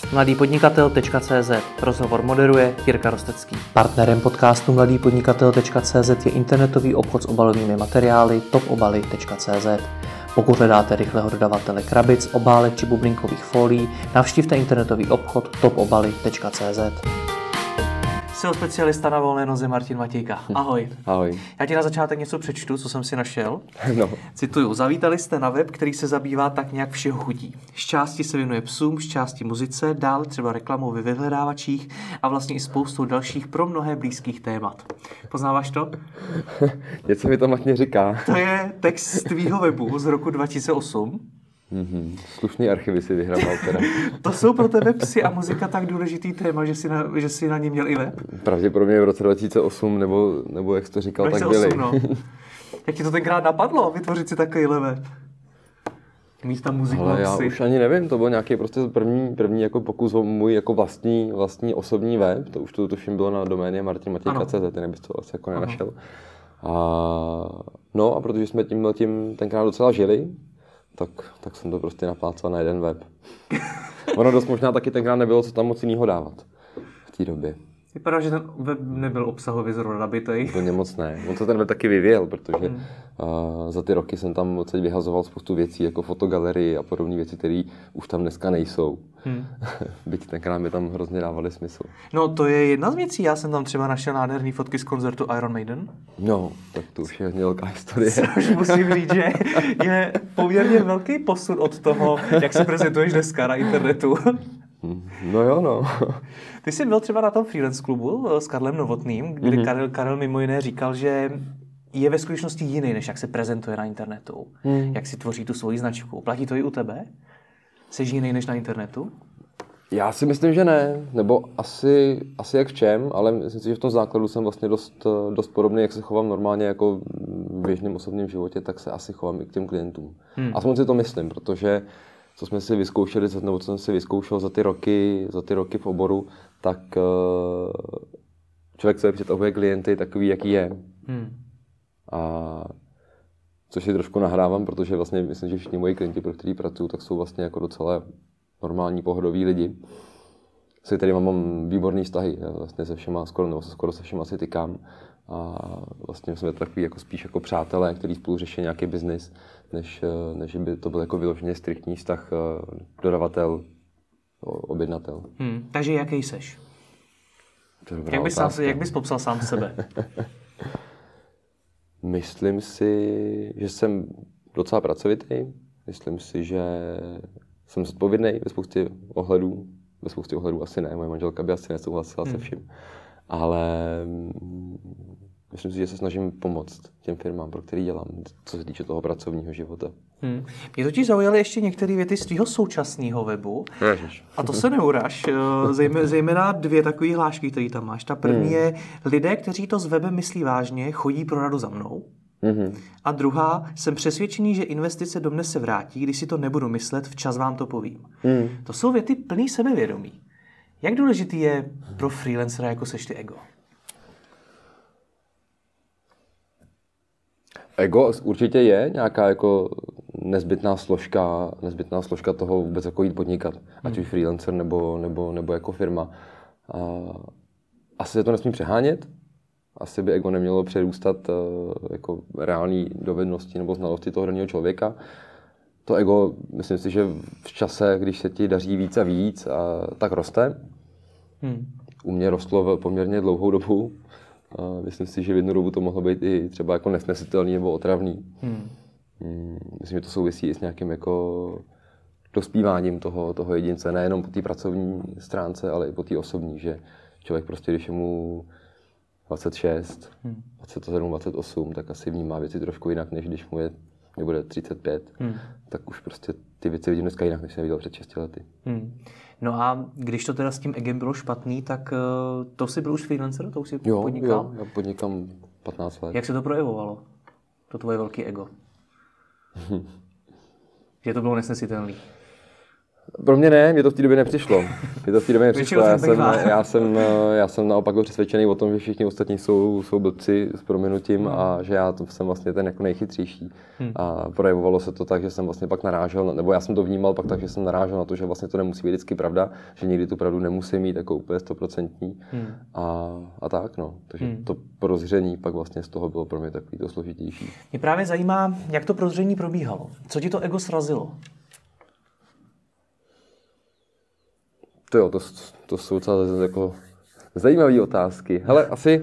mladýpodnikatel.cz. Rozhovor moderuje Jirka Rostecký. Partnerem podcastu mladýpodnikatel.cz je internetový obchod s obalovými materiály topobaly.cz. Pokud hledáte rychlého dodavatele krabic, obálek či bublinkových fólií, navštivte internetový obchod topobaly.cz. SEO specialista na volné noze Martin Matějka. Ahoj. Ahoj. Já ti na začátek něco přečtu, co jsem si našel. No. Cituju. Zavítali jste na web, který se zabývá tak nějak všeho chutí. Z části se věnuje psům, z části muzice, dále třeba reklamou ve vyhledávačích a vlastně i spoustou dalších pro mnohé blízkých témat. Poznáváš to? Něco mi to matně říká. To je text z tvýho webu z roku 2008. Slušný archivy si vyhrával teda. To jsou pro tebe psy a muzika tak důležitý téma, že jsi na ně měl i web? Pravděpodobně v roce 2008, nebo jak jsi to říkal, 2008, tak byli. No. Jak ti to tenkrát napadlo, vytvořit si takovýhle web? Mít tam muziku Ale a já psy. už ani nevím, to byl nějaký prostě první jako pokus o můj jako vlastní osobní web. To už to tuším bylo na doméně martinmatějka.cz, jinak bys to asi jako nenašel. A protože jsme tím tenkrát docela žili, tak jsem to prostě naplácal na jeden web. Ono dost možná taky tenkrát nebylo co tam moc jinýho dávat v té době. Vypadá, že ten web nebyl obsahově zrovna nabitej. To moc ne. On se ten web taky vyvíjel, protože za ty roky jsem tam odsaď vyhazoval spoustu věcí, jako fotogalerii a podobné věci, které už tam dneska nejsou. Byť tenkrát mi tam hrozně dávaly smysl. No to je jedna z věcí. Já jsem tam třeba našel nádherný fotky z koncertu Iron Maiden. No, tak to už je hodně velká historie. Což musím říct, že je poměrně velký posun od toho, jak se prezentuješ dneska na internetu. No jo, no. Ty jsi byl třeba na tom freelance klubu s Karlem Novotným, kdy Karel mimo jiné říkal, že je ve skutečnosti jiný, než jak se prezentuje na internetu. Jak si tvoří tu svoji značku. Platí to i u tebe? Jsi jiný než na internetu? Já si myslím, že ne. Nebo asi jak v čem, ale myslím si, že v tom základu jsem vlastně dost podobný, jak se chovám normálně jako v běžném osobním životě, tak se asi chovám i k těm klientům. Aspoň si to myslím, protože co jsme si vyzkoušeli, nebo co jsem si vyzkoušel za ty roky v oboru, tak člověk se přitahuje klienty takový, jaký je. A což si trošku nahrávám, protože vlastně myslím, že všichni moji klienti, pro který pracuju, tak jsou vlastně jako docela normální, pohodoví lidi. Se kterými mám výborný vztahy. Já vlastně skoro se všema si tykám. A vlastně jsme takový jako spíš jako přátelé, kteří spolu řeší nějaký biznis, než by to byl jako vyloženě striktní vztah dodavatel, objednatel. Takže jaký seš? Jak bys popsal sám sebe? Myslím si, že jsem docela pracovitý. Myslím si, že jsem zodpovědný ve spoustě ohledů. Ve spoustě ohledů asi ne, moje manželka by asi nesouhlasila se vším. Ale myslím si, že se snažím pomoct těm firmám, pro který dělám, co se týče toho pracovního života. Mě totiž zaujaly ještě některé věty z tvýho současného webu. Ježiš. A to se neuraž. Zejména dvě takové hlášky, které tam máš. Ta první je, lidé, kteří to s webem myslí vážně, chodí pro radu za mnou. A druhá, jsem přesvědčený, že investice do mne se vrátí, když si to nebudu myslet, včas vám to povím. To jsou věty plný sebevědomí. Jak důležitý je pro freelancera, jako seš ty ego? Ego určitě je nějaká jako nezbytná složka toho vůbec jako jít podnikat. Ať už freelancer nebo jako firma. Asi se to nesmí přehánět. Asi by ego nemělo přerůstat jako reální dovednosti nebo znalosti toho daného člověka. To ego, myslím si, že v čase, když se ti daří víc a víc, tak roste. U mě rostlo poměrně dlouhou dobu. Myslím si, že v jednu dobu to mohlo být i třeba jako nesnesitelný nebo otravný. Myslím, že to souvisí i s nějakým jako dospíváním toho jedince, nejenom po té pracovní stránce, ale i po té osobní, že člověk prostě, když je mu 26, 27, 28, tak asi vnímá věci trošku jinak, než když mu bude 35. Tak už prostě ty věci vidím dneska jinak, než jsem viděl před 6 lety. No a když to teda s tím egem bylo špatný, tak to jsi byl už freelancer? To už jsi podnikal? Jo, já podnikám 15 let. Jak se to projevovalo? To tvoje velké ego? Že to bylo nesnesitelné? Pro mě ne, mě to v té době nepřišlo. Já jsem naopak byl přesvědčený o tom, že všichni ostatní jsou blbci s prominutím a že já jsem vlastně ten jako nejchytřejší. A projevovalo se to tak, že jsem vlastně pak narážel, nebo já jsem to vnímal pak tak, že jsem narážel na to, že vlastně to nemusí být vždycky pravda, že někdy tu pravdu nemusí mít jako úplně 100%. A tak no. Takže to prozření pak vlastně z toho bylo pro mě takový to složitější. Mě právě zajímá, jak to prozření probíhalo. Co ti to ego srazilo? To jsou docela jako zajímavé otázky. Hele, asi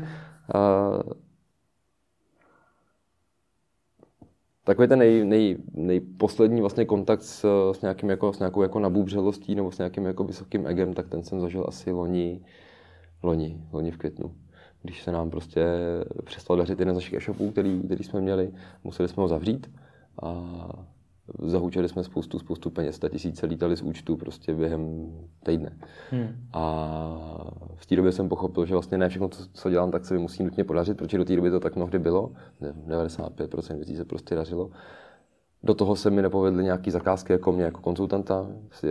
takový ten nejposlední vlastně kontakt s nějakou jako nabubřelostí nebo s nějakým jako vysokým egem, tak ten jsem zažil asi loni v květnu. Když se nám prostě přestal dařit jeden z našich e-shopů, který jsme měli, museli jsme ho zavřít a zahučeli jsme spoustu peněz, 100 000 lítali z účtu prostě během týdne. A v té době jsem pochopil, že vlastně ne všechno, co dělám, tak se mi musí nutně podařit, protože do té doby to tak mnohdy bylo. 95% věcí se prostě dařilo. Do toho se mi nepovedly nějaký zakázky jako mě, jako konzultanta.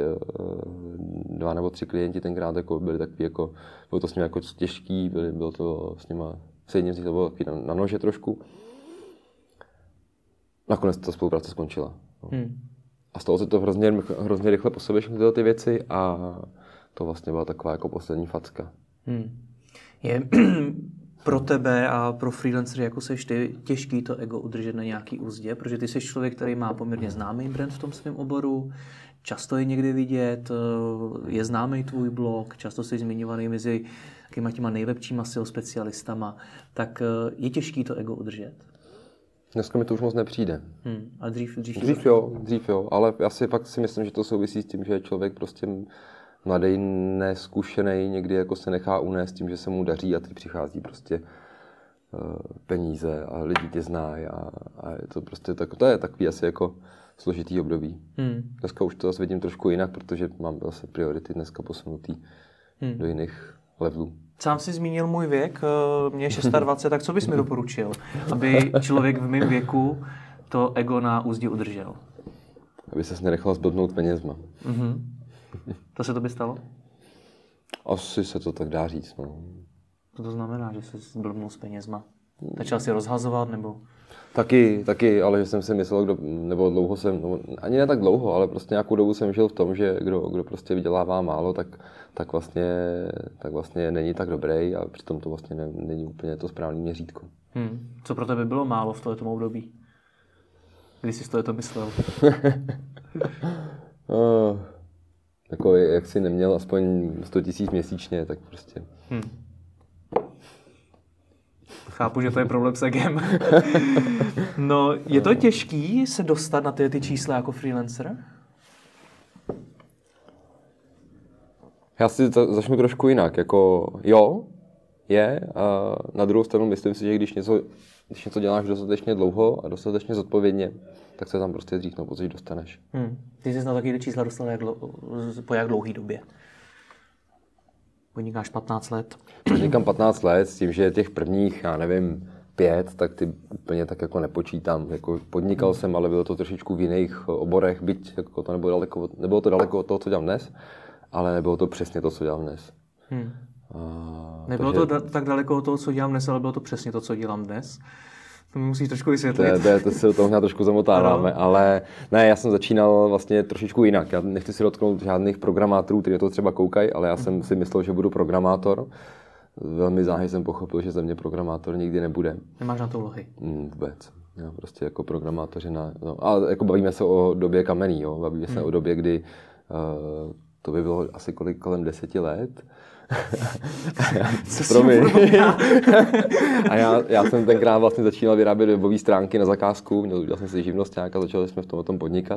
2 nebo 3 klienti tenkrát jako byli takový jako, bylo to s nimi jako těžký, bylo to s nima, s jedním z nich to bylo takový na nože trošku. Nakonec ta spolupráce skončila. A z toho se to hrozně rychle po sobě všechny ty věci a to vlastně byla taková jako poslední facka. Je pro tebe a pro freelancery, jako seš ty, těžký to ego udržet na nějaký úzdě, protože ty jsi člověk, který má poměrně známý brand v tom svém oboru, často je někde vidět, je známý tvůj blog, často jsi zmiňovaný mezi těma nejlepšíma SEO specialistama, tak je těžký to ego udržet. Dneska mi to už moc nepřijde. A dřív jo, ale já si pak si myslím, že to souvisí s tím, že člověk prostě mladý, neskušený, někdy jako se nechá unést tím, že se mu daří a teď přichází prostě peníze a lidi tě znají a je to prostě to je takový asi jako složitý období. Dneska už to zase vidím trošku jinak, protože mám zase priority dneska posunutý do jiných levelů. Sám jsi zmínil můj věk, mě je 26, tak co bys mi doporučil, aby člověk v mém věku to ego na úzdě udržel? Aby ses nenechal zblbnout penězma. To se to by stalo? Asi se to tak dá říct, no. Co to znamená, že se zblbnul s penězma? Začal si rozhazovat, nebo? Taky, ale že jsem si myslel, nebo dlouho jsem, no, ani ne tak dlouho, ale prostě nějakou dobu jsem žil v tom, že kdo prostě vydělává málo, tak vlastně není tak dobrý a přitom to vlastně není úplně to správné měřítko. Co pro tebe bylo málo v tomto období? Když jsi to myslel? Jako jak jsi neměl aspoň 100 000 měsíčně, tak prostě... Chápu, že to je problém s egem. No, je to těžký se dostat na ty čísla jako freelancer? Já si začnu trošku jinak. Jako jo, je. A na druhou stranu myslím si, že když něco děláš dostatečně dlouho a dostatečně zodpovědně, tak se tam prostě dřív nebo později dostaneš. Ty jsi na takovýhle čísla dostal po jak dlouhý době? Podnikáš 15 let? Podnikám 15 let s tím, že těch prvních, já nevím, 5, tak ty úplně tak jako nepočítám. Jako podnikal jsem, ale bylo to trošičku v jiných oborech, byť jako to nebylo to daleko od toho, co dělám dnes, ale nebylo to přesně to, co dělám dnes. Nebylo to tak daleko od toho, co dělám dnes, ale bylo to přesně to, co dělám dnes. To mi musíš trošku vysvětlit. To se do toho možná trošku zamotáváme, ale ne, já jsem začínal vlastně trošičku jinak. Já nechci si dotknout žádných programátorů, kteří to třeba koukají, ale já jsem si myslel, že budu programátor. Velmi záhy jsem pochopil, že ze mě programátor nikdy nebude. Nemáš na to vlohy? Vůbec. Já prostě jako programátoři ale jako bavíme se o době kamenný, jo? Bavíme se o době, kdy to by bylo asi kolem 10 let. A já jsem tenkrát vlastně začínal vyrábět webové stránky na zakázku, udělal jsem si živnosťák a začali jsme v tom podnikat.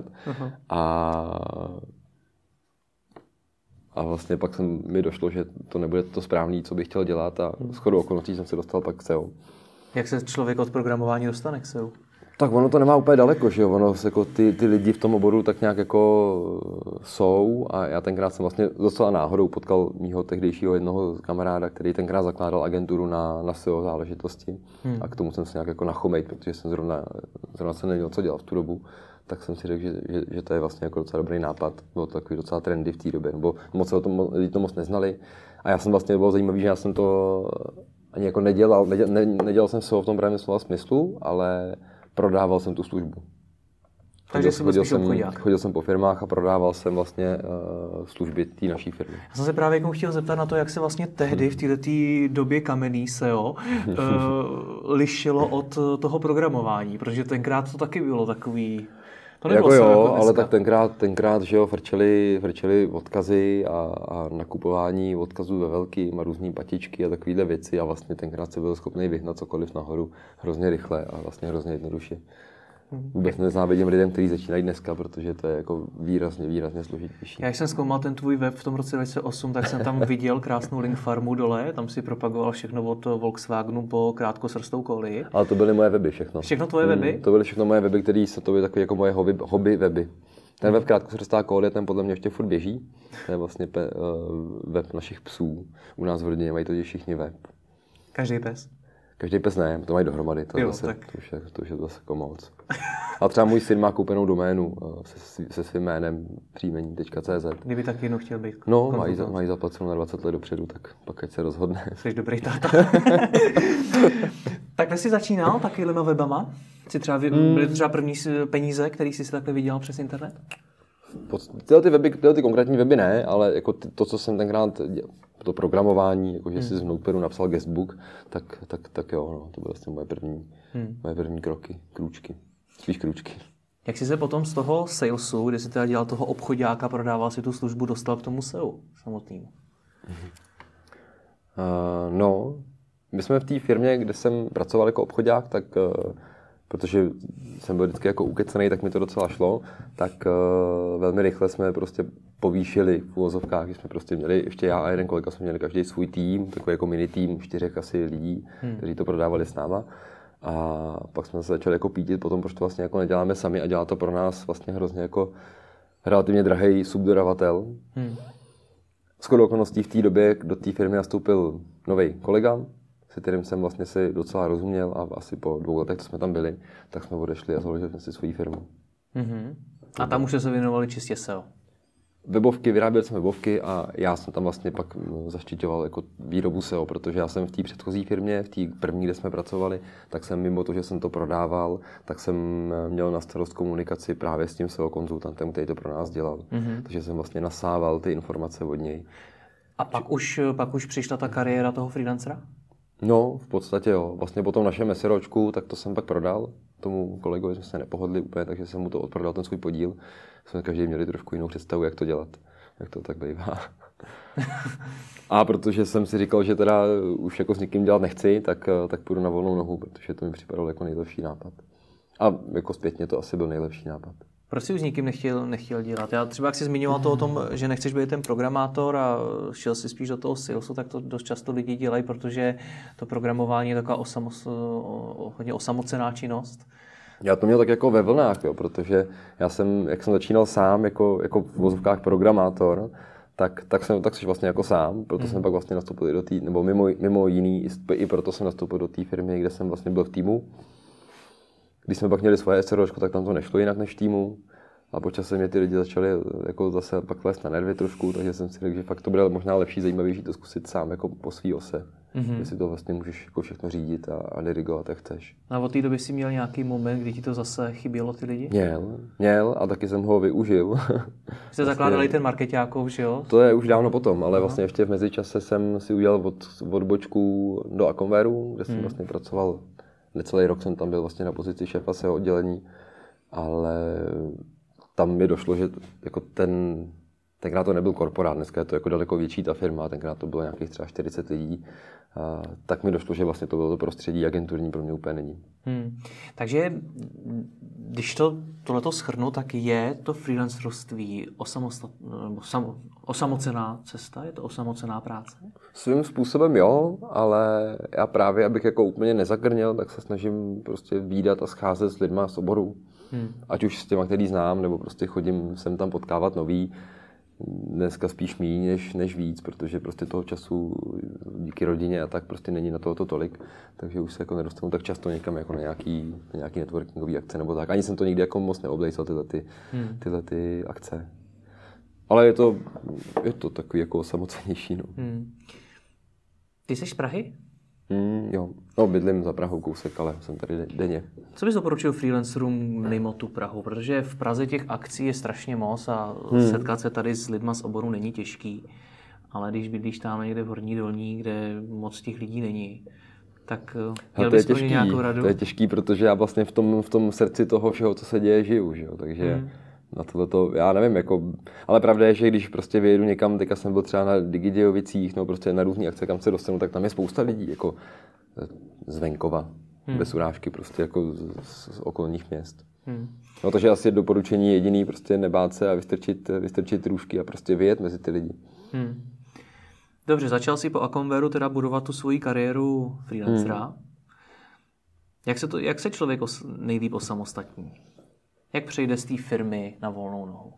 A vlastně pak mi došlo, že to nebude to správné, co bych chtěl dělat a shodou okolností jsem se dostal pak k SEO. Jak se člověk od programování dostane k SEO? Tak ono to nemá úplně daleko, že jo, ono jako ty lidi v tom oboru tak nějak jako jsou a já tenkrát jsem vlastně docela náhodou potkal mýho tehdejšího jednoho kamaráda, který tenkrát zakládal agenturu na SEO záležitosti a k tomu jsem se nějak jako nachomejt, protože jsem zrovna jsem neměl co dělat v tu dobu, tak jsem si řekl, že to je vlastně jako docela dobrý nápad. Bylo to takový docela trendy v té době, nebo moc se o tom lidi to moc neznali. A já jsem vlastně, bylo zajímavý, že já jsem to ani jako nedělal, nedělal jsem SEO v tom právě slova smyslu, ale prodával jsem tu službu. Takže jsi byl spíš obchodák. Chodil jsem po firmách a prodával jsem vlastně služby té naší firmy. Já jsem se právě chtěl zeptat na to, jak se vlastně tehdy v této době kamenný SEO lišilo od toho programování, protože tenkrát to taky bylo takový... To jako jo, jako ale tak tenkrát že jo, frčeli odkazy a nakupování odkazů ve velkým a různý patičky a takovéhle věci a vlastně tenkrát se byl schopný vyhnat cokoliv nahoru hrozně rychle a vlastně hrozně jednoduše. Vůbec nezávidím lidem, kteří začínají dneska, protože to je jako výrazně složitější. Já jsem zkoumal ten tvůj web v tom roce 2008, tak jsem tam viděl krásnou link farmu dole, tam si propagoval všechno od Volkswagenu po krátkosrstou kolii. Ale to byly moje weby všechno. Všechno tvoje weby? To byly všechno moje weby, to byly takové jako moje hobby weby. Ten web krátkosrstá kolie, ten podle mě ještě furt běží. To je vlastně web našich psů. U nás v rodině mají to všichni web. Každý pes? Každý pes ne, to mají dohromady, to už je zase jako moc. A třeba můj syn má koupenou doménu se svým jménem příjmení.cz. Kdyby taky jenom chtěl být. No, mají zaplacenou na 20 let dopředu, tak pak ať se rozhodne. Jsi dobrý táta. Takhle jsi začínal takovýhlema webama? Byly to třeba první peníze, které jsi si takhle vydělal přes internet? Tyhle ty konkrétní weby ne, ale jako to, co jsem tenkrát to programování, jako že si z Notepedu napsal guestbook, tak jo, no, to byly vlastně moje první krůčky. Jak jsi se potom z toho salesu, kde jsi teda dělal toho obchodáka, prodával si tu službu, dostal k tomu SEO samotnému? No, my jsme v té firmě, kde jsem pracoval jako obchodák, tak protože jsem byl vždycky jako ukecený, tak mi to docela šlo, tak velmi rychle jsme prostě povýšili v uvozovkách, že jsme prostě měli, ještě já a jeden kolega jsme měli každý svůj tým, takový jako mini tým 4 asi lidí, kteří to prodávali s náma. A pak jsme se začali jako pítit potom, proč to vlastně jako neděláme sami a dělá to pro nás vlastně hrozně jako relativně drahý subdodavatel. Shodou okolností v té době do té firmy nastoupil nový kolega, se kterým jsem vlastně si docela rozuměl a asi po 2 letech, co jsme tam byli, tak jsme odešli a založili jsme si svoji firmu. A tam už se věnovali čistě SEO? Vyráběli jsme webovky a já jsem tam vlastně pak zaštiťoval jako výrobu SEO, protože já jsem v té předchozí firmě, v té první, kde jsme pracovali, tak jsem mimo to, že jsem to prodával, tak jsem měl na starost komunikaci právě s tím SEO konzultantem, který to pro nás dělal. Takže jsem vlastně nasával ty informace od něj. A pak už přišla ta kariéra toho freelancera? No, v podstatě jo. Vlastně po tom našem SROčku, tak to jsem pak prodal. Tomu kolegovi jsme se nepohodli úplně, takže jsem mu to odprodal, ten svůj podíl. Jsme každý měli trošku jinou představu, jak to dělat. Jak to tak bývá. A protože jsem si říkal, že teda už jako s někým dělat nechci, tak půjdu na volnou nohu, protože to mi připadalo jako nejlepší nápad. A jako zpětně to asi byl nejlepší nápad. Proč jsi už s nikým nechtěl dělat? Já třeba, jak jsi zmiňoval to o tom, že nechceš být ten programátor a šel si spíš do toho salesu, tak to dost často lidi dělají, protože to programování je taková hodně osamocená činnost. Já to měl tak jako ve vlnách, jo, protože jak jsem začínal sám jako v vozovkách programátor, tak jsi vlastně jako sám, proto jsem pak vlastně nastoupil do té, nebo mimo jiný, i proto jsem nastoupil do té firmy, kde jsem vlastně byl v týmu. Když jsme pak měli svoje SROčko, tak tam to nešlo jinak než v týmu. A po čase mě ty lidi začali jako zase pak lézt na nervy trošku, takže jsem si řekl, že fakt to bude možná lepší, zajímavější to zkusit sám jako po svý ose. Jestli to vlastně můžeš jako všechno řídit a dirigovat, jak chceš. A od té doby jsi měl nějaký moment, kdy ti to zase chybělo ty lidi? Měl a taky jsem ho využil. Jste zakládali ten markeťákov, že jo? To je už dávno potom, ale vlastně ještě v mezičase jsem si udělal odbočku do Aconveru, kde jsem vlastně pracoval. Necelý rok jsem tam byl vlastně na pozici šéfa SEO oddělení, ale tam mi došlo, že jako tenkrát to nebyl korporát, dneska je to jako daleko větší ta firma, tenkrát to bylo nějakých třeba 40 lidí, tak mi došlo, že vlastně to bylo to prostředí agenturní pro mě úplně není. Takže když tohleto shrnu, tak je to freelancerství osamocená cesta? Je to osamocená práce? Svým způsobem jo, ale já právě, abych jako úplně nezakrněl, tak se snažím prostě vídat a scházet s lidma z oboru. Ať už s těma, který znám, nebo prostě chodím sem tam potkávat nový. dneska spíš míň než víc, protože prostě toho času díky rodině a tak prostě není na tohoto tolik, takže už se jako nedostanu tak často někam jako na nějaký networkingový akce nebo tak. Ani jsem to nikdy jako moc neoblejsal tyhle ty akce. Ale je to takový jako osamocenější. No. Ty jsi z Prahy? Jo. No, bydlím za Prahou kousek, ale jsem tady denně. Co bys doporučil freelancerům mimo tu Prahu? Protože v Praze těch akcí je strašně moc a setkat se tady s lidma z oboru není těžký. Ale když bydlíš tam někde v Horní Dolní, kde moc těch lidí není, tak měl bys pro ně nějakou radu? To je těžký, protože já vlastně v tom srdci toho všeho, co se děje, žiju. Že jo? Takže na tohleto, já nevím, jako, ale pravda je, že když prostě vyjedu někam, teďka jsem byl třeba na Digidějovicích, nebo prostě na různý akce, kam se dostanu, tak tam je spousta lidí, jako z venkova, bez urážky, prostě jako z okolních měst. No, takže asi doporučení jediný, prostě nebát se a vystrčit růžky a prostě vyjet mezi ty lidi. Dobře, začal jsi po Acomveru teda budovat tu svoji kariéru freelancera. Jak se člověk nejlíp osamostatní? Jak přejde z té firmy na volnou nohu?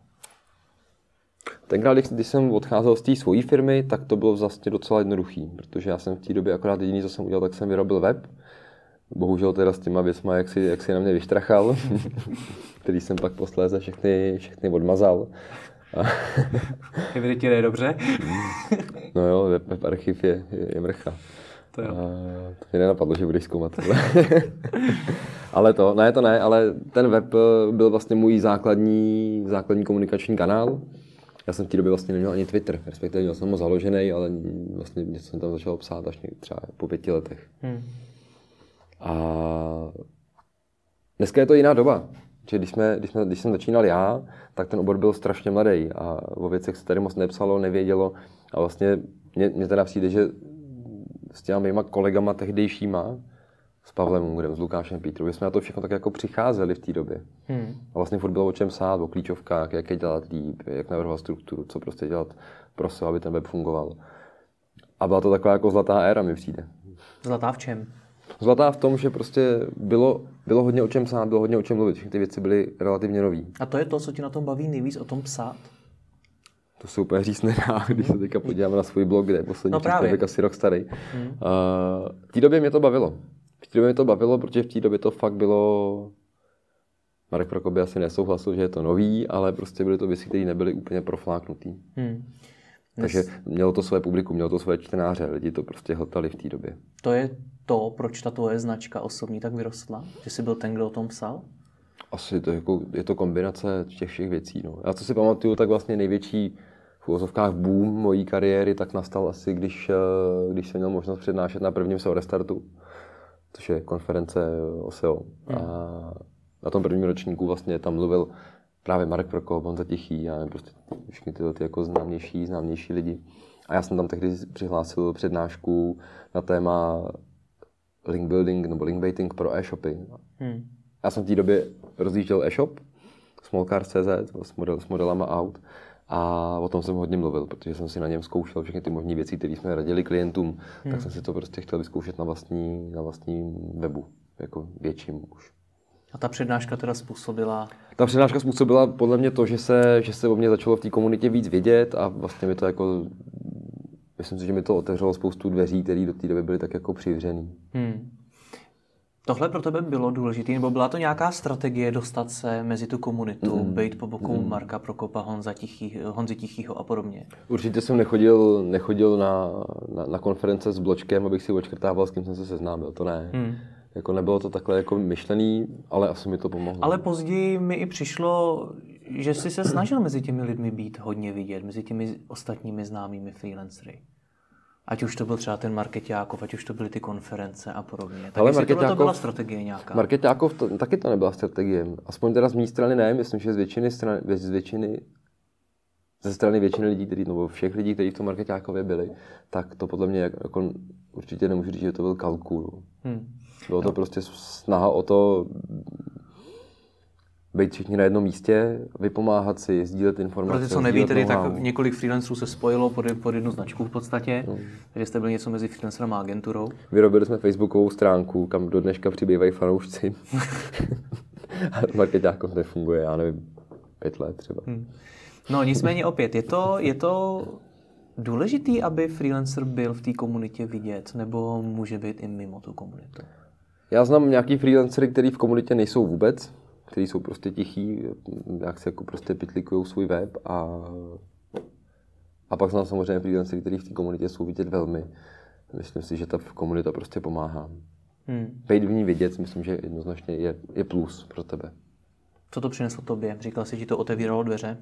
Tenkrát, když jsem odcházel z té svojí firmy, tak to bylo vlastně docela jednoduchý, protože já jsem v té době akorát jediný, co jsem udělal, tak jsem vyrobil web. Bohužel teda s těma věcma, jak si na mě vyštrachal, který jsem pak posléze všechny odmazal. Evidentně ne dobře. No jo, web archiv je mrcha. To jo. To mě nenapadlo, že budeš zkoumat tohle. Ale ale ten web byl vlastně můj základní komunikační kanál. Já jsem v té době vlastně neměl ani Twitter, respektive měl jsem ho založený, ale vlastně něco jsem tam začal psát až třeba po 5 letech. A dneska je to jiná doba. Když jsem začínal já, tak ten obor byl strašně mladý a o věcech se tady moc nepsalo, nevědělo. A vlastně mě teda přijde, že s těma mýma kolegama tehdejšíma, s Pavlem Ungrem, s Lukášem Pítrou, jsme na to všechno tak jako přicházeli v té době. A vlastně furt bylo o čem psát, o klíčovkách, jak je dělat líp, jak navrhovat strukturu, co prostě dělat pro se, aby ten web fungoval. A byla to taková jako zlatá éra, mi přijde. Zlatá v čem? Zlatá v tom, že prostě bylo hodně o čem psát, bylo hodně o čem mluvit. Všechny ty věci byly relativně nový. A to je to, co ti na tom baví nejvíc, o tom psát? To se úplně říct nedá, když se teďka podíváme na svůj blog, kde je poslední příspěvek asi rok starý. V té době mě to bavilo. Protože v té době to fakt bylo... Marek Prokop by asi nesouhlasil, že je to nový, ale prostě byly to věci, které nebyly úplně profláknutý. Takže mělo to své publikum, mělo to své čtenáře, lidi to prostě hltali v té době. To je to, proč ta tvoje značka osobní tak vyrostla? Že jsi byl ten, kdo o tom psal? Asi je to kombinace těch všech věcí. No. Já co si pamatuju, tak vlastně největší v uvozovkách boom mojí kariéry tak nastal asi, když jsem měl možnost přednášet na prvním SEO Restartu, což je konference o SEO. A na tom prvním ročníku vlastně tam mluvil právě Marek Prokop, Honza Tichý a prostě všichni tyhle jako známější lidi. A já jsem tam tehdy přihlásil přednášku na téma link building nebo link baiting pro e-shopy. Já jsem v té době rozjížděl e-shop smallcars.cz s modelama aut a o tom jsem hodně mluvil, protože jsem si na něm zkoušel všechny ty možné věci, které jsme radili klientům, tak jsem si to prostě chtěl vyzkoušet na vlastním webu, jako větším už. A ta přednáška teda způsobila? Ta přednáška způsobila podle mě to, že se o mě začalo v té komunitě víc vědět a vlastně mi to jako, myslím si, že mi to otevřelo spoustu dveří, které do té doby byly tak jako přivřený. Tohle pro tebe bylo důležité, nebo byla to nějaká strategie dostat se mezi tu komunitu, být po boku Marka Prokopa, Honzy Tichýho a podobně? Určitě jsem nechodil na konference s bločkem, abych si odškrtával, s kým jsem se seznámil, to ne. Jako nebylo to takhle jako myšlený, ale asi mi to pomohlo. Ale později mi i přišlo, že jsi se snažil mezi těmi lidmi být hodně vidět, mezi těmi ostatními známými freelancery. Ať už to byl třeba ten Markeťákov, ať už to byly ty konference a podobně. Tak jestli tohle to byla strategie nějaká? Markeťákov taky to nebyla strategie. Aspoň teda z mé strany ne, myslím, že ze strany většiny lidí, nebo všech lidí, kteří v tom Markeťákově byli, tak to podle mě jako určitě nemůžu říct, že to byl kalkul. Bylo to prostě snaha o to být všichni na jednom místě, vypomáhat si, sdílet informace. Protože co neví, tedy tak několik freelancerů se spojilo pod jednu značku v podstatě, takže jste byli něco mezi freelancerem a agenturou. Vyrobili jsme facebookovou stránku, kam do dneška přibývají fanoušci. A Markeťákov nefunguje, já nevím, 5 let třeba. No nicméně opět, je to důležitý, aby freelancer byl v té komunitě vidět, nebo může být i mimo tu komunitu? Já znám nějaký freelancery, kteří v komunitě nejsou vůbec, kteří jsou prostě tichý, jak se jako prostě pitlikují svůj web a pak znám samozřejmě freelancery, kteří v té komunitě jsou vidět velmi. Myslím si, že ta komunita prostě pomáhá. Být v ní vidět, myslím, že jednoznačně je plus pro tebe. Co to přineslo tobě? Říkal jsi, že to otevíralo dveře?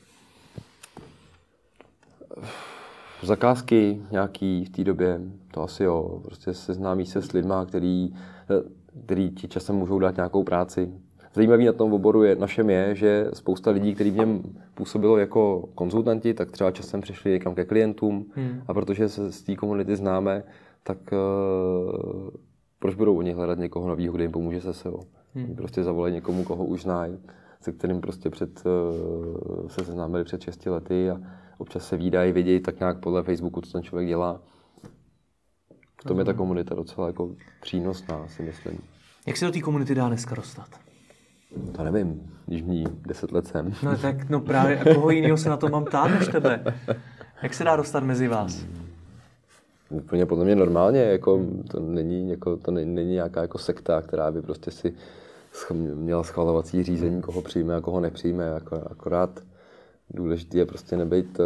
Zakázky nějaký v té době, to asi jo. Prostě seznámí se s lidma, který ti časem můžou dát nějakou práci. Zajímavý na tom oboru našem je, že spousta lidí, kteří v něm působilo jako konzultanti, tak třeba časem přišli někam ke klientům a protože se z té komunity známe, tak proč budou oni hledat někoho nového, kde jim pomůže se SEO. Prostě zavolají někomu, koho už znají, se kterým prostě se seznámili před 6 lety a občas se vídají, vidějí tak nějak podle Facebooku, co ten člověk dělá. V tom je ta komunita docela jako přínosná, si myslím. Jak se do té komunity dá dneska dostat? To nevím, když mě 10 let jsem. No tak no právě, a koho jiného se na to mám ptát než tebe? Jak se dá dostat mezi vás? Úplně podle mě normálně, jako to není nějaká jako sekta, která by prostě si měla schvalovací řízení, koho přijme a koho nepřijme. Akorát důležité je prostě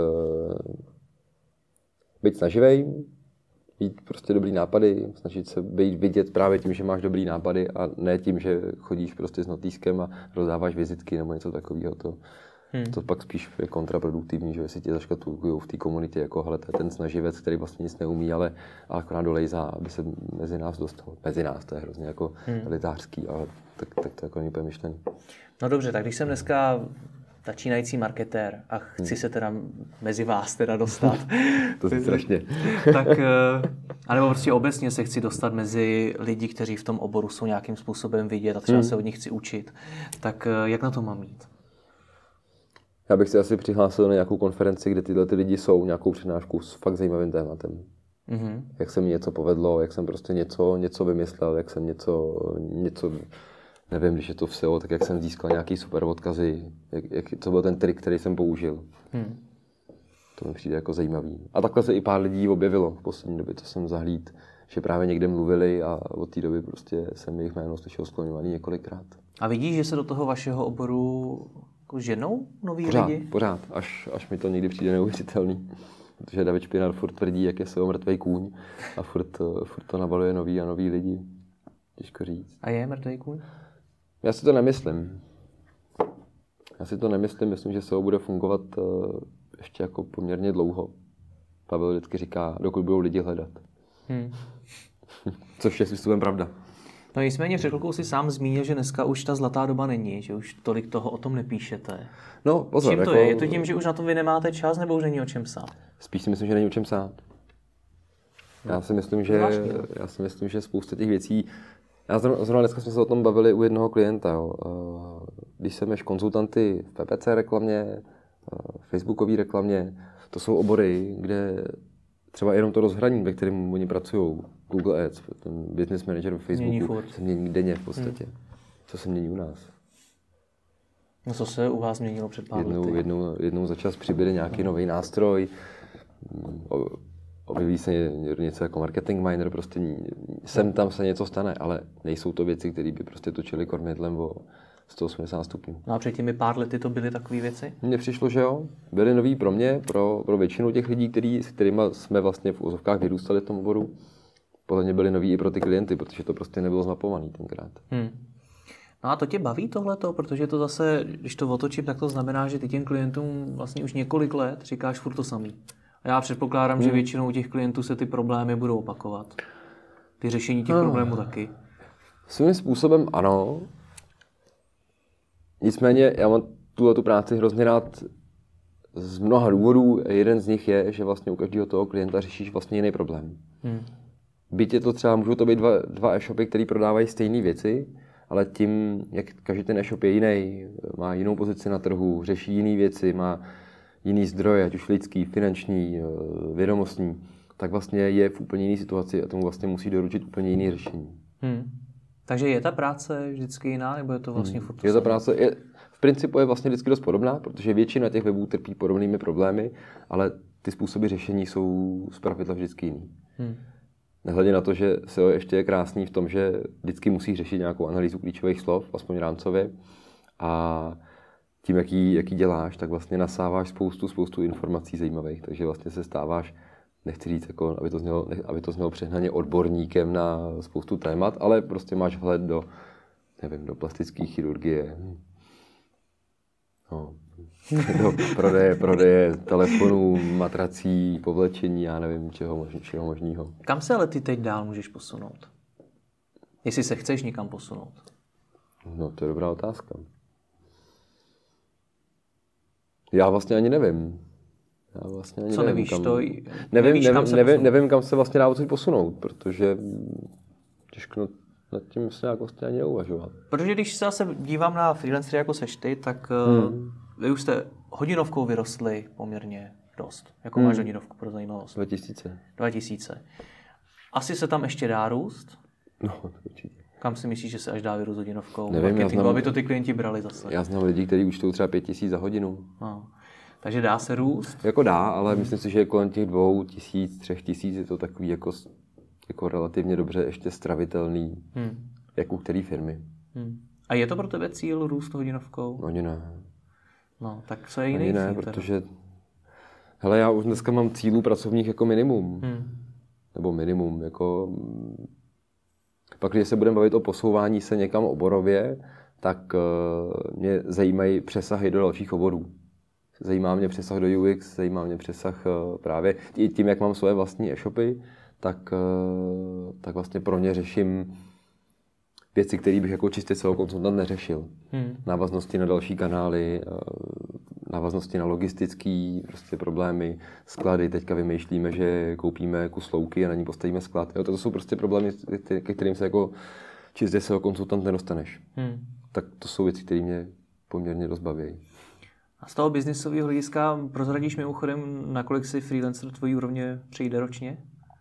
být snaživej, mít prostě dobrý nápady, snažit se být vidět právě tím, že máš dobrý nápady a ne tím, že chodíš prostě s notýskem a rozdáváš vizitky nebo něco takového. To pak spíš je kontraproduktivní, že jestli tě zaškatulkujou v té komunitě, jako hele, to je ten snaživec, který vlastně nic neumí, ale akorát dolejzá, aby se mezi nás dostal. Mezi nás, to je hrozně jako elitářský, ale tak to jako není úplně myšlený. No dobře, tak když jsem dneska začínající marketér a chci se teda mezi vás teda dostat. To je strašně. Tak, anebo prostě obecně se chci dostat mezi lidi, kteří v tom oboru jsou nějakým způsobem vidět a třeba se od nich chci učit. Tak jak na to mám jít? Já bych si asi přihlásil na nějakou konferenci, kde tyhle lidi jsou, nějakou přednášku s fakt zajímavým tématem. Jak se mi něco povedlo, jak jsem prostě něco vymyslel, jak jsem něco nevím, když je to v SEO, tak jak jsem získal nějaký super odkazy, co byl ten trik, který jsem použil. To mi přijde jako zajímavý. A takhle se i pár lidí objevilo v poslední době, to jsem zahlíd, že právě někde mluvili a od té doby prostě jsem jejich jméno slyšel skloňovaný několikrát. A vidíš, že se do toho vašeho oboru jako ženou noví lidi? Pořád, až mi to někdy přijde neuvěřitelný. Protože David Špinár furt tvrdí, jak je SEO mrtvej kůň a furt to nabaluje nový a nový lidi. Těžko říct. A je mrtvej kůň? Já si to nemyslím. Myslím, že SEO bude fungovat ještě jako poměrně dlouho. Pavel vždycky říká, dokud budou lidi hledat. Což je způsobem pravda. No nicméně před chvilkou si sám zmínil, že dneska už ta zlatá doba není, že už tolik toho o tom nepíšete. No, pozor. Čím to je? Je to tím, že už na to vy nemáte čas, nebo už není o čem psát? Spíš si myslím, že není o čem psát. Já si myslím, že spousta těch věcí... Zrovna dneska jsme se o tom bavili u jednoho klienta. Jo. Když jsem ješ konzultanty v PPC reklamě, Facebookové reklamě, to jsou obory, kde třeba jenom to rozhraní, ve kterém oni pracují, Google Ads, ten business manager ve Facebooku, se mění denně v podstatě. Co se mění u nás? No co se u vás změnilo před pár lety? Jednou za čas přibude nějaký nový nástroj, objeví se něco jako marketing miner, prostě sem tam se něco stane, ale nejsou to věci, které by prostě točily kormidlem o 180 stupňů. No a před těmi pár lety to byly takové věci? Mně přišlo, že jo. Byly nový pro mě, pro většinu těch lidí, s kterými jsme vlastně v úzovkách vyrůstali v tom oboru. Podle mě byly noví i pro ty klienty, protože to prostě nebylo zmapovaný tenkrát. No a to tě baví tohleto, protože to zase, když to otočím, tak to znamená, že ty těm klientům vlastně už několik let říkáš furt to samý. A já předpokládám, že většinou těch klientů se ty problémy budou opakovat. Ty řešení těch problémů taky. Svým způsobem ano. Nicméně já mám tu práci hrozně rád z mnoha důvodů. Jeden z nich je, že vlastně u každého toho klienta řešíš vlastně jiný problém. Byť je to třeba, můžou to být dva e-shopy, které prodávají stejné věci, ale tím, jak každý ten e-shop je jiný, má jinou pozici na trhu, řeší jiné věci, má jiný zdroje, ať už lidský, finanční, vědomostní, tak vlastně je v úplně jiné situaci a tomu vlastně musí doručit úplně jiné řešení. Takže je ta práce vždycky jiná, nebo je to vlastně furt? Ta práce v principu je vlastně vždycky dost podobná, protože většina těch webů trpí podobnými problémy, ale ty způsoby řešení jsou zpravidla vždycky jiný. Nehledě na to, že SEO ještě je krásný v tom, že vždycky musí řešit nějakou analýzu klíčových slov, aspoň rámcově. A tím, jaký děláš, tak vlastně nasáváš spoustu informací zajímavých. Takže vlastně se stáváš, nechci říct, jako, aby to znělo přehnaně odborníkem na spoustu témat, ale prostě máš vhled do plastické chirurgie, do prodeje telefonů, matrací, povlečení, já nevím, čeho možného. Kam se ale ty teď dál můžeš posunout? Jestli se chceš někam posunout? No, to je dobrá otázka. Já vlastně ani nevím. Co nevíš? Nevím, kam se vlastně dá odsud posunout, protože těžko nad tím se nějak vlastně ani neuvažovat. Protože když se zase dívám na freelancery jako seš ty, tak vy už jste hodinovkou vyrostli poměrně dost. Jakou máš hodinovku pro zajímavost? 2000. Asi se tam ještě dá růst? No, určitě. Kam si myslíš, že se až dá vyrůst hodinovkou? Nevím, aby to ty klienti brali zase. Já znám lidi, kteří účtují třeba 5000 za hodinu. No. Takže dá se růst? Jako dá, ale myslím si, že kolem těch 2000, 3000 je to takový jako relativně dobře ještě stravitelný, jak u který firmy. A je to pro tebe cíl růst hodinovkou? Ani ne. No, tak co je jiný cíl? Ne, protože hele, já už dneska mám cílů pracovních jako minimum. Nebo minimum, jako pak, když se budeme bavit o posouvání se někam oborově, tak mě zajímají přesahy do dalších oborů. Zajímá mě přesah do UX, zajímá mě přesah právě i tím, jak mám svoje vlastní e-shopy, tak vlastně pro ně řeším věci, které bych jako čistě SEO konzultant neřešil. Návaznosti na další kanály, návaznosti na logistické prostě problémy, sklady. Teďka vymýšlíme, že koupíme kus louky a na ní postavíme sklad. Jo, to jsou prostě problémy, ke kterým se jako čistě SEO konzultant nedostaneš. Tak to jsou věci, které mě poměrně dost baví. A z toho biznisového hlediska prozradíš mimochodem, nakolik si freelancer tvojí úrovně přijde ročně?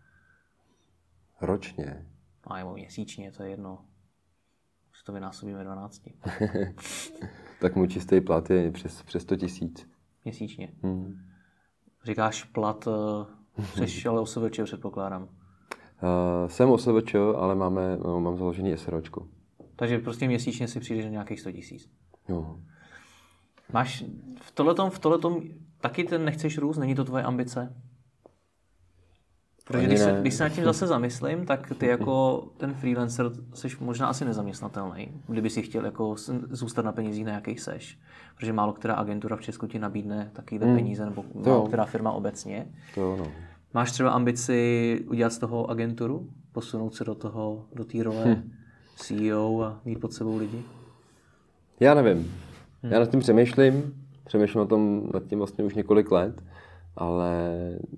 Ročně? A nebo měsíčně, to je jedno. Už to vynásobíme 12. Tak můj čistý plat je přes 100 000. Měsíčně. Říkáš plat, jsi ale OSVČ, předpokládám. Jsem OSVČ, ale mám založený SROčko. Takže prostě měsíčně si přijdeš na nějakých 100 000. Jo. Máš v tohletom taky ten nechceš růst? Není to tvoje ambice? Protože když se nad tím zase zamyslím, tak ty jako ten freelancer jsi možná asi nezaměstnatelný, kdyby si chtěl jako zůstat na penězích, na jakých seš. Protože málo která agentura v Česku ti nabídne takovýhle peníze, nebo málo která firma obecně. Máš třeba ambici udělat z toho agenturu? Posunout se do té role CEO a mít pod sebou lidi? Já nevím. Já nad tím přemýšlím nad tím vlastně už několik let, ale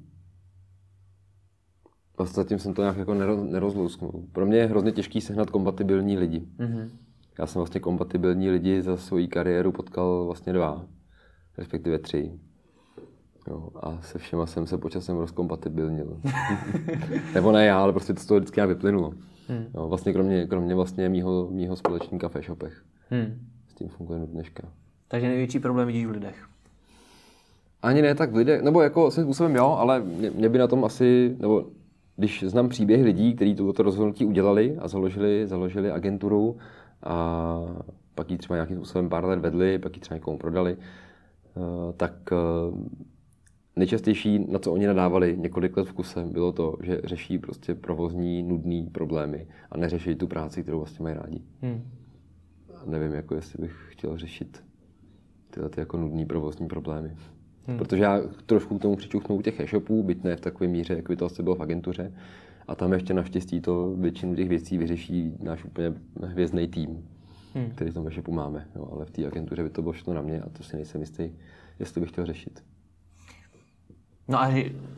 vlastně zatím jsem to nějak jako nerozlousknul. Pro mě je hrozně těžký sehnat kompatibilní lidi. Já jsem vlastně kompatibilní lidi za svoji kariéru potkal vlastně 2, respektive 3. Jo, a se všema jsem se počasem rozkompatibilnil. Nebo ne já, ale prostě to z toho vždycky nějak vyplynulo. Jo, vlastně kromě vlastně mýho společníka v e-shopech. S tím funguje do dneška. Takže největší problém vidíš v lidech? Ani ne tak v lidech, nebo jako svým způsobem jo, ale mě by na tom asi, nebo když znám příběh lidí, kteří toto rozhodnutí udělali a založili agenturu a pak ji třeba nějakým způsobem pár let vedli, pak ji třeba někomu prodali, tak nejčastější, na co oni nadávali několik let v kuse, bylo to, že řeší prostě provozní, nudný problémy a neřeší tu práci, kterou vlastně mají rádi. Nevím, jako jestli bych chtěl řešit tyhle jako nudný provozní problémy. Protože já trošku k tomu přičuchnu u těch e-shopů, byť ne v takové míře, jak by to asi bylo v agentuře. A tam ještě naštěstí to většinu těch věcí vyřeší náš úplně hvězdný tým, který v tom e-shopu máme. Jo, ale v té agentuře by to bylo všechno na mě a to si nejsem jistý, jestli bych chtěl řešit. No a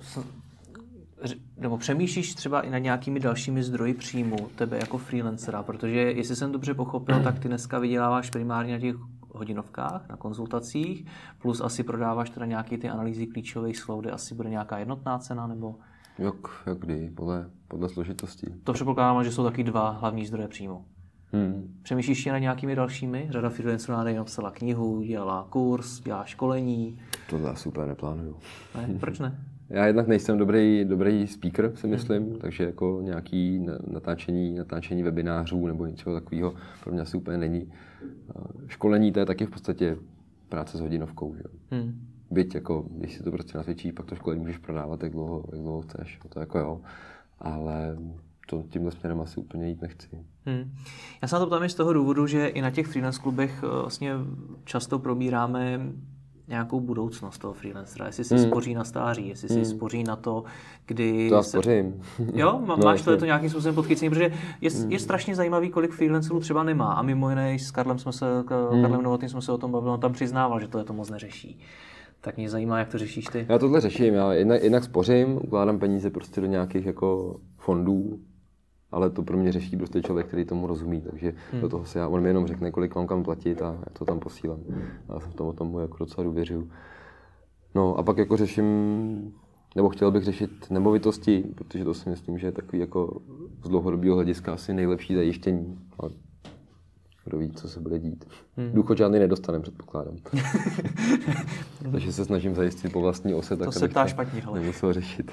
nebo přemýšlíš třeba i nad nějakými dalšími zdroji příjmu tebe jako freelancera, protože jestli jsem dobře pochopil, tak ty dneska vyděláváš primárně na těch hodinovkách, na konzultacích, plus asi prodáváš teda nějaké ty analýzy klíčových slov, kde asi bude nějaká jednotná cena, nebo? Jak kdy, podle složitosti. To předpokládám, že jsou taky 2 hlavní zdroje příjmu. Přemýšlíš ještě na nějakými dalšími? Řada freelancerů napsala knihu, dělá kurz, dělá školení. To já super neplánuju. Ne? Proč ne? Já jednak nejsem dobrý speaker, si myslím, takže jako nějaký natáčení webinářů nebo něčeho takového pro mě asi úplně není. Školení to je taky v podstatě práce s hodinovkou. Že? Byť jako, když si to prostě nasvědčí, pak to školení můžeš prodávat, jak dlouho chceš. To jako jo, ale to tímhle směrem asi úplně jít nechci. Já se na to ptám i z toho důvodu, že i na těch freelance klubech vlastně často probíráme nějakou budoucnost toho freelancera, jestli si spoří na stáří, jestli si spoří na to, kdy... To já spořím. Jo? Máš to nějakým způsobem podchycený, protože je strašně zajímavý, kolik freelancerů třeba nemá. A mimo jiné s Karlem Novotným jsme se o tom bavili, on tam přiznával, že to moc neřeší. Tak mě zajímá, jak to řešíš ty. Já tohle řeším, já jednak spořím, ukládám peníze prostě do nějakých jako fondů, ale to pro mě řeší prostě člověk, který tomu rozumí, takže do toho on mi jenom řekne, kolik mám kam platit a já to tam posílám. Já jsem o tom jako docela důvěřuju. No a pak jako řeším, nebo chtěl bych řešit nemovitosti, protože to si myslím, že je takový jako z dlouhodobého hlediska asi nejlepší zajištění. Ale kdo ví, co se bude dít. Důchod žádný nedostanem, předpokládám. Takže se snažím zajistit po vlastní ose, tak to se ptá špatně, nemusel řešit.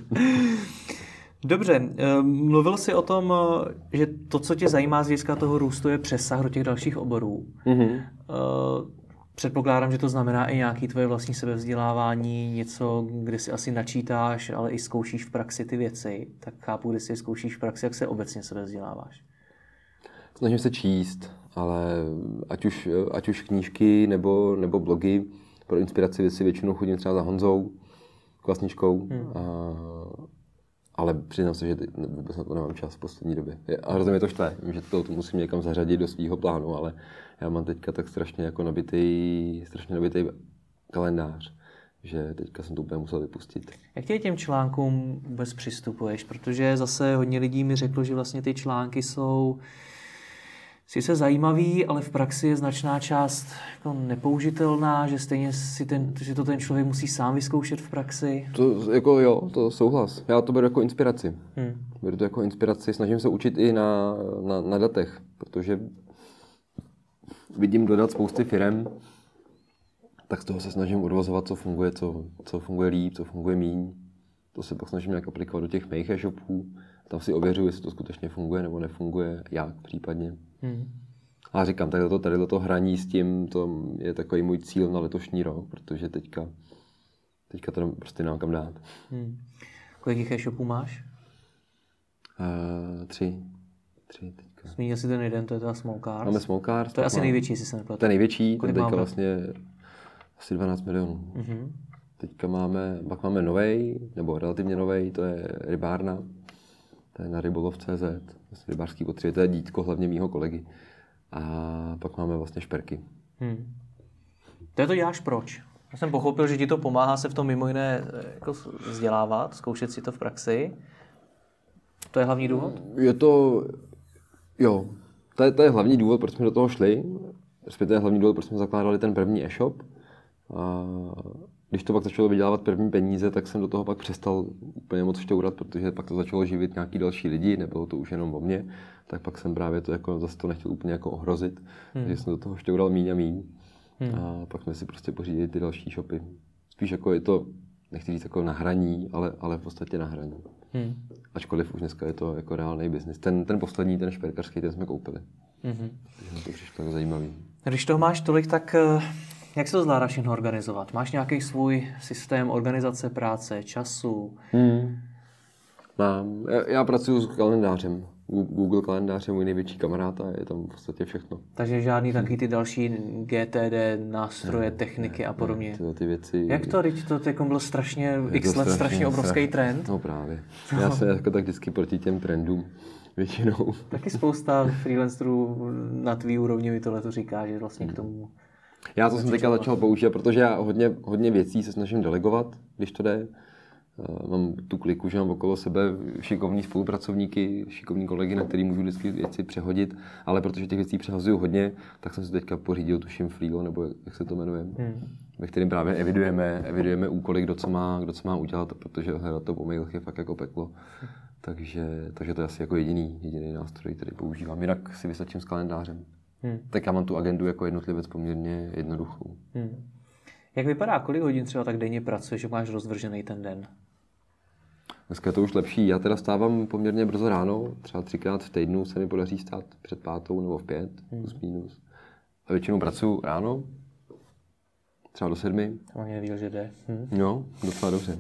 Dobře, mluvil jsi o tom, že to, co tě zajímá z hlediska toho růstu, je přesah do těch dalších oborů. Předpokládám, že to znamená i nějaké tvoje vlastní sebevzdělávání, něco, kde si asi načítáš, ale i zkoušíš v praxi ty věci. Tak chápu, když si je zkoušíš v praxi, jak se obecně sebevzděláváš. Snažím se číst, ale ať už knížky nebo blogy, pro inspiraci si většinou chodím třeba za Honzou, Kvasničkou. Ale přiznám se, že vůbec na to nemám čas v poslední době. A hrozně mě to štve, že to musím někam zařadit do svého plánu, ale já mám teďka tak strašně jako nabitý kalendář, že teďka jsem to úplně musel vypustit. Jak tě těm článkům vůbec přistupuješ? Protože zase hodně lidí mi řeklo, že vlastně ty články jsou sice zajímavý, ale v praxi je značná část jako nepoužitelná, že stejně že to ten člověk musí sám vyzkoušet v praxi. To jako jo, to souhlas. Já to beru jako inspiraci. Beru to jako inspiraci, snažím se učit i na datech, protože vidím dodat spousty firem, tak z toho se snažím odvozovat, co funguje líp, co funguje míň. To se pak snažím nějak aplikovat do těch mých e-shopů. Tam si ověřuji, jestli to skutečně funguje nebo nefunguje, jak případně. A říkám, tady to hraní s tím, to je takový můj cíl na letošní rok, protože teďka to prostě nemám kam dát. Kolik e-shopů máš? 3 teďka. Zmínil jsi ten jeden, to je ta Small Cars. Máme Small Cars. To je asi největší, jestli se nepletu. To je největší, to teďka vlastně asi 12 milionů. Teďka pak máme novej, nebo relativně novej, to je rybárna. To je na rybolov.cz, vlastně rybářský potřeby, to je dítko hlavně mýho kolegy. A pak máme vlastně šperky. To děláš proč? Já jsem pochopil, že ti to pomáhá se v tom mimo jiné jako vzdělávat, zkoušet si to v praxi. To je hlavní důvod? To je hlavní důvod, proč jsme do toho šli. Respektive hlavní důvod, proč jsme zakládali ten první e-shop. A když to pak začalo vydělávat první peníze, tak jsem do toho pak přestal úplně moc šťourat, protože pak to začalo živit nějaký další lidi, nebylo to už jenom o mně, tak pak jsem právě to jako zase to nechtěl úplně jako ohrozit, takže jsem do toho šťoural míň a míň. A pak jsme si prostě pořídili ty další shopy. Spíš jako je to, nechci říct jako na hraní, ale v podstatě na hraní. Ačkoliv už dneska je to jako reálný biznis. Ten poslední, ten šperkařský, ten jsme koupili. Takže mi to přišlo jako zajímavý. Když toho máš tolik, tak jak se to zvládáš jen organizovat? Máš nějaký svůj systém organizace práce, času? Mám. Já pracuji s kalendářem. Google kalendář je můj největší kamarád a je tam v podstatě všechno. Takže žádný takový ty další GTD, nástroje, techniky a podobně. Ty věci. Jak to? Teď to jako byl strašně strašně obrovský trend. No právě. Já jsem jako tak vždycky proti těm trendům většinou. Taky spousta freelancerů na tvý úrovni mi tohle to říká, že vlastně k tomu... Já to jsem teďka začal používat, protože já hodně věcí se snažím delegovat, když to jde. mám tu kliku, že mám okolo sebe šikovní spolupracovníky, šikovní kolegy, na který můžu vždycky věci přehodit, ale protože těch věcí přehazuju hodně, tak jsem si teďka pořídil tuším Freelo, nebo jak se to jmenuje, ve kterém právě evidujeme úkoly, kdo co má udělat, protože hledat to po mailech je fakt jako peklo. Takže to je asi jako jediný nástroj, který používám. Jinak si vystačím s kalendářem. Tak já mám tu agendu jako jednotlivec poměrně jednoduchou. Jak vypadá, kolik hodin třeba tak denně pracuješ, že máš rozvržený ten den? Dneska je to už lepší. Já teda stávám poměrně brzo ráno, třeba 3krát v týdnu se mi podaří stát před 5 nebo v 5, plus minus. A většinou pracuji ráno, třeba do 7. To mě nevěděl, že jde. No, docela dobře.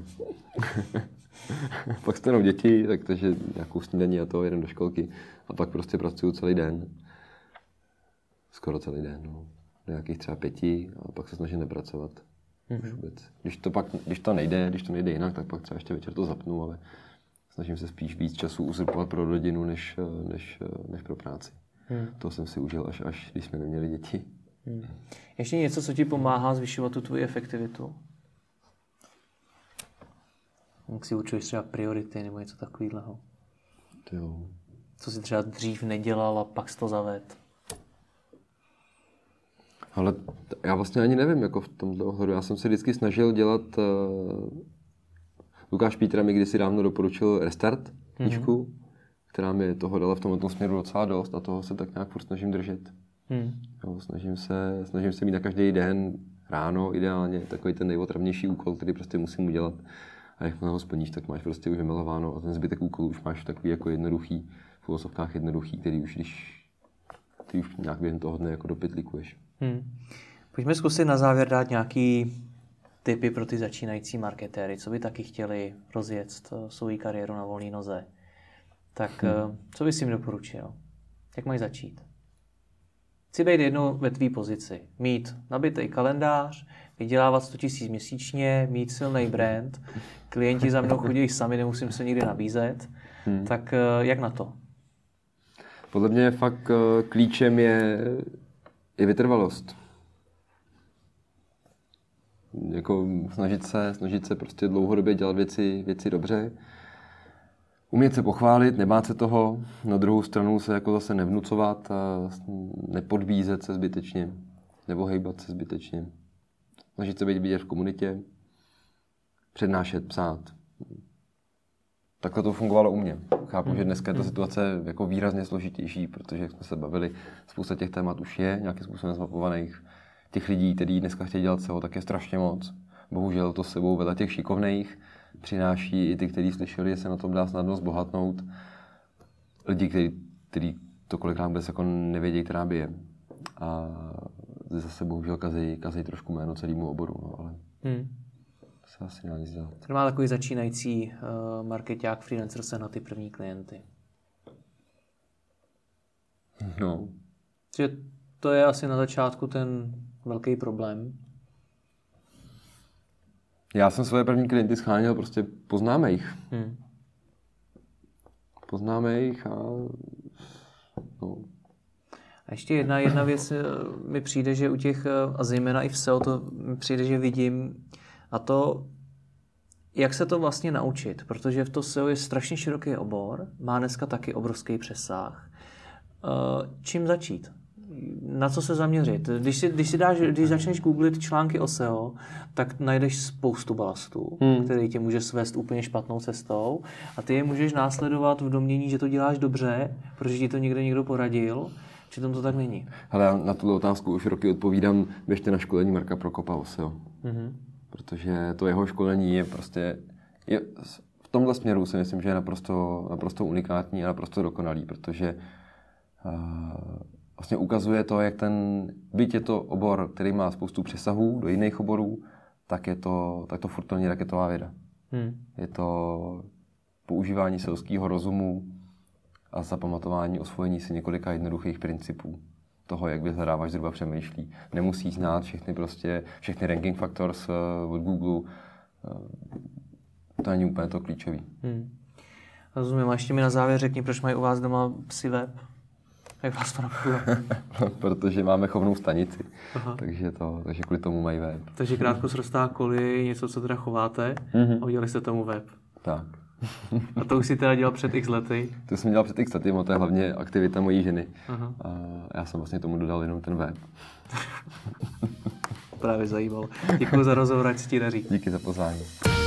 Pak stanou děti, takže nějakou snídaní a to, jedem do školky a pak prostě pracuju celý den. Skoro celý den, no. Nějakých třeba 5 a pak se snažím nepracovat. Už vůbec. Když to nejde jinak, tak pak třeba ještě večer to zapnu, ale snažím se spíš víc času uzurpovat pro rodinu, než pro práci. To jsem si užil až když jsme neměli děti. Ještě něco, co ti pomáhá zvyšovat tu tvoji efektivitu? Jak si určuješ třeba priority nebo něco takového? Jo. Co jsi třeba dřív nedělal a pak jsi to zaved? Ale já vlastně ani nevím, jako v tomhle ohledu. Já jsem se vždycky snažil dělat... Lukáš Pítra mi kdysi dávno doporučil Restart knížku, která mi toho dala v tomto směru docela dost a toho se tak nějak furt snažím držet. Jo, snažím se mít na každý den ráno ideálně takový ten nejotravnější úkol, který prostě musím udělat. A jak ho splníš, tak máš prostě už vymilováno a ten zbytek úkolů už máš takový jako jednoduchý, v uvozovkách jednoduchý, který už nějak během toho dne jako dopytlíkuješ. Pojďme zkusit na závěr dát nějaký tipy pro ty začínající marketéry, co by taky chtěli rozjet svou kariéru na volné noze. Tak co bys jim doporučil? Jak mají začít? Chci být jednou ve tvý pozici. Mít nabitý kalendář, vydělávat 100 000 měsíčně, mít silný brand, klienti za mnou chodí sami, nemusím se nikdy nabízet. Tak jak na to? Podle mě fakt klíčem je vytrvalost. Jako snažit se prostě dlouhodobě dělat věci dobře. Umět se pochválit, nebát se toho. Na druhou stranu se jako zase nevnucovat a nepodbízet se zbytečně. Nebo hejbat se zbytečně. Snažit se být vidět v komunitě. Přednášet, psát. Takhle to fungovalo u mě. Chápu, že dneska je ta situace jako výrazně složitější, protože jak jsme se bavili, spousta těch témat už je nějakým způsobem zmapovaných. Těch lidí, kteří dneska chtějí dělat SEO, tak je strašně moc. Bohužel to s sebou vedle těch šikovných přináší i ty, kteří slyšeli, že se na tom dá snadno zbohatnout. Lidi, kteří to kolikrát vůbec jako nevědějí, která by je. A zase bohužel kazí trošku jméno celému oboru. No, ale to se asi nedá nic dělat. To má takový začínající marketák, freelancer se na ty první klienty. No. Že to je asi na začátku ten velký problém. Já jsem svoje první klienty scháněl, prostě poznáme jich. Poznáme jich a... No. A ještě jedna věc mi přijde, že u těch, a zejména i v SEO, to mi přijde, že vidím, a to, jak se to vlastně naučit, protože v to SEO je strašně široký obor, má dneska taky obrovský přesah. Čím začít? Na co se zaměřit? Když začneš googlit články o SEO, tak najdeš spoustu balastů, který tě může svést úplně špatnou cestou a ty je můžeš následovat v domnění, že to děláš dobře, protože ti to někdo poradil, přitom to tak není. Ale já na tuto otázku už roky odpovídám, běžte na školení Marka Prokopa o SEO. Protože to jeho školení je prostě... v tomhle směru si myslím, že je naprosto unikátní a naprosto dokonalý, protože vlastně ukazuje to, jak byť je to obor, který má spoustu přesahů do jiných oborů, tak to furt plní raketová věda. Je to používání selského rozumu a zapamatování, osvojení si několika jednoduchých principů toho, jak vyhledávač zhruba přemýšlí. Nemusí znát všechny ranking factors od Google. To není úplně to klíčový. Rozumím. A ještě mi na závěr řekni, proč mají u vás doma psi web? Jak vás to napadlo? Protože máme chovnou stanici, takže kvůli tomu mají web. Takže krátkosrostá koli, něco, co teda chováte, a udělali jste tomu web. Tak. A to už si teda dělal před x lety? To jsem dělal před x lety, to je hlavně aktivita mojí ženy. A já jsem vlastně tomu dodal jenom ten web. Právě zajímalo. Děkuji za rozhovor, ať si ti daří. Díky za pozvání.